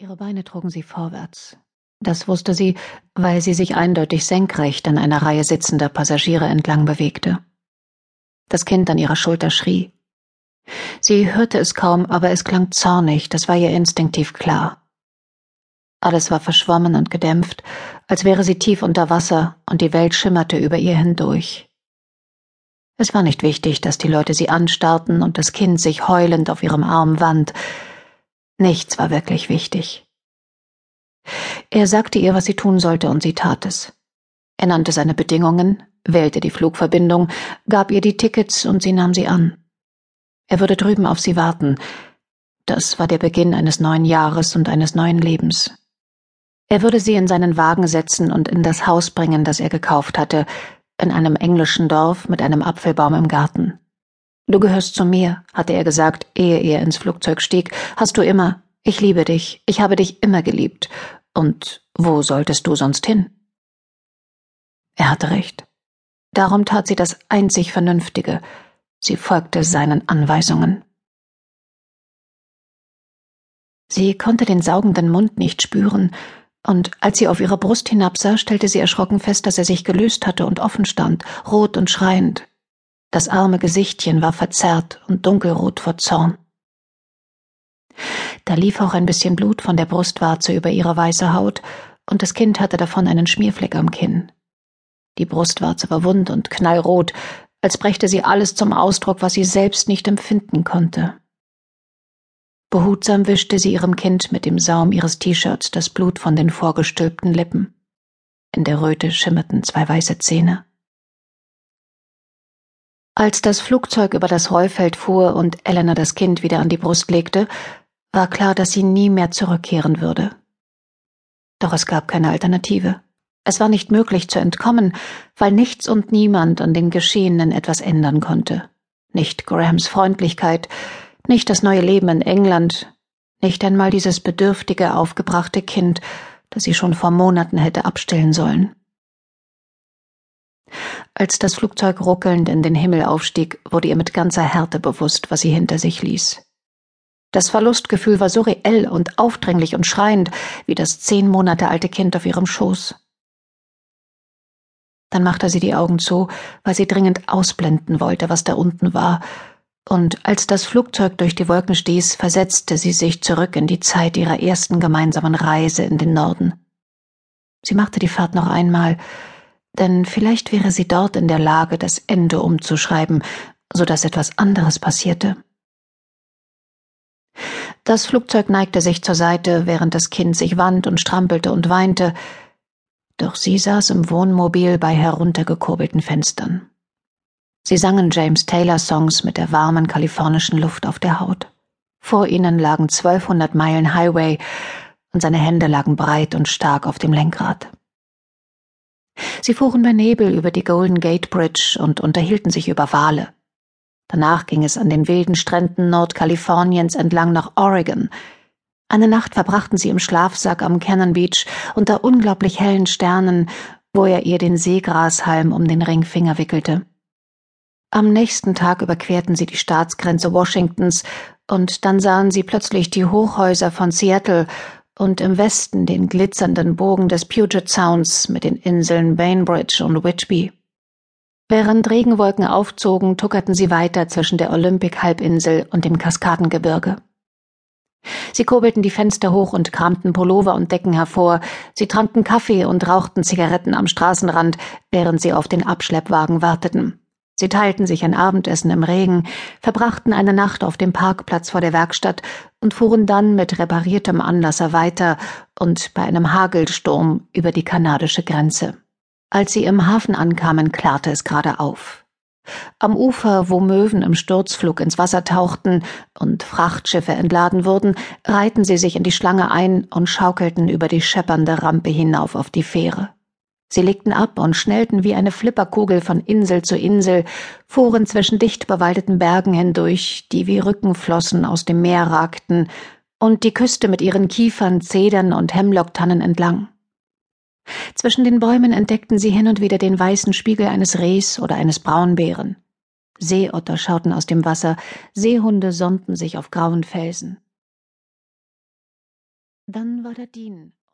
Ihre Beine trugen sie vorwärts. Das wusste sie, weil sie sich eindeutig senkrecht an einer Reihe sitzender Passagiere entlang bewegte. Das Kind an ihrer Schulter schrie. Sie hörte es kaum, aber es klang zornig, das war ihr instinktiv klar. Alles war verschwommen und gedämpft, als wäre sie tief unter Wasser und die Welt schimmerte über ihr hindurch. Es war nicht wichtig, dass die Leute sie anstarrten und das Kind sich heulend auf ihrem Arm wand. Nichts war wirklich wichtig. Er sagte ihr, was sie tun sollte, und sie tat es. Er nannte seine Bedingungen, wählte die Flugverbindung, gab ihr die Tickets und sie nahm sie an. Er würde drüben auf sie warten. Das war der Beginn eines neuen Jahres und eines neuen Lebens. Er würde sie in seinen Wagen setzen und in das Haus bringen, das er gekauft hatte, in einem englischen Dorf mit einem Apfelbaum im Garten. »Du gehörst zu mir«, hatte er gesagt, ehe er ins Flugzeug stieg. »Hast du immer. Ich liebe dich. Ich habe dich immer geliebt. Und wo solltest du sonst hin?« Er hatte recht. Darum tat sie das einzig Vernünftige. Sie folgte seinen Anweisungen. Sie konnte den saugenden Mund nicht spüren, und als sie auf ihre Brust hinabsah, stellte sie erschrocken fest, dass er sich gelöst hatte und offen stand, rot und schreiend. Das arme Gesichtchen war verzerrt und dunkelrot vor Zorn. Da lief auch ein bisschen Blut von der Brustwarze über ihre weiße Haut, und das Kind hatte davon einen Schmierfleck am Kinn. Die Brustwarze war wund und knallrot, als brächte sie alles zum Ausdruck, was sie selbst nicht empfinden konnte. Behutsam wischte sie ihrem Kind mit dem Saum ihres T-Shirts das Blut von den vorgestülpten Lippen. In der Röte schimmerten 2 weiße Zähne. Als das Flugzeug über das Rollfeld fuhr und Elena das Kind wieder an die Brust legte, war klar, dass sie nie mehr zurückkehren würde. Doch es gab keine Alternative. Es war nicht möglich zu entkommen, weil nichts und niemand an den Geschehenen etwas ändern konnte. Nicht Grahams Freundlichkeit, nicht das neue Leben in England, nicht einmal dieses bedürftige, aufgebrachte Kind, das sie schon vor Monaten hätte abstillen sollen. Als das Flugzeug ruckelnd in den Himmel aufstieg, wurde ihr mit ganzer Härte bewusst, was sie hinter sich ließ. Das Verlustgefühl war so reell und aufdringlich und schreiend wie das 10 Monate alte Kind auf ihrem Schoß. Dann machte sie die Augen zu, weil sie dringend ausblenden wollte, was da unten war, und als das Flugzeug durch die Wolken stieß, versetzte sie sich zurück in die Zeit ihrer ersten gemeinsamen Reise in den Norden. Sie machte die Fahrt noch einmal, denn vielleicht wäre sie dort in der Lage, das Ende umzuschreiben, so dass etwas anderes passierte. Das Flugzeug neigte sich zur Seite, während das Kind sich wand und strampelte und weinte, doch sie saß im Wohnmobil bei heruntergekurbelten Fenstern. Sie sangen James Taylor-Songs mit der warmen kalifornischen Luft auf der Haut. Vor ihnen lagen 1200 Meilen Highway und seine Hände lagen breit und stark auf dem Lenkrad. Sie fuhren bei Nebel über die Golden Gate Bridge und unterhielten sich über Wale. Danach ging es an den wilden Stränden Nordkaliforniens entlang nach Oregon. Eine Nacht verbrachten sie im Schlafsack am Cannon Beach unter unglaublich hellen Sternen, wo er ihr den Seegrashalm um den Ringfinger wickelte. Am nächsten Tag überquerten sie die Staatsgrenze Washingtons und dann sahen sie plötzlich die Hochhäuser von Seattle und im Westen den glitzernden Bogen des Puget Sounds mit den Inseln Bainbridge und Whidbey. Während Regenwolken aufzogen, tuckerten sie weiter zwischen der Olympic-Halbinsel und dem Kaskadengebirge. Sie kurbelten die Fenster hoch und kramten Pullover und Decken hervor, sie tranken Kaffee und rauchten Zigaretten am Straßenrand, während sie auf den Abschleppwagen warteten. Sie teilten sich ein Abendessen im Regen, verbrachten eine Nacht auf dem Parkplatz vor der Werkstatt und fuhren dann mit repariertem Anlasser weiter und bei einem Hagelsturm über die kanadische Grenze. Als sie im Hafen ankamen, klarte es gerade auf. Am Ufer, wo Möwen im Sturzflug ins Wasser tauchten und Frachtschiffe entladen wurden, reihten sie sich in die Schlange ein und schaukelten über die scheppernde Rampe hinauf auf die Fähre. Sie legten ab und schnellten wie eine Flipperkugel von Insel zu Insel, fuhren zwischen dicht bewaldeten Bergen hindurch, die wie Rückenflossen aus dem Meer ragten, und die Küste mit ihren Kiefern, Zedern und Hemlocktannen entlang. Zwischen den Bäumen entdeckten sie hin und wieder den weißen Spiegel eines Rehs oder eines Braunbären. Seeotter schauten aus dem Wasser, Seehunde sonnten sich auf grauen Felsen. Dann war da Dean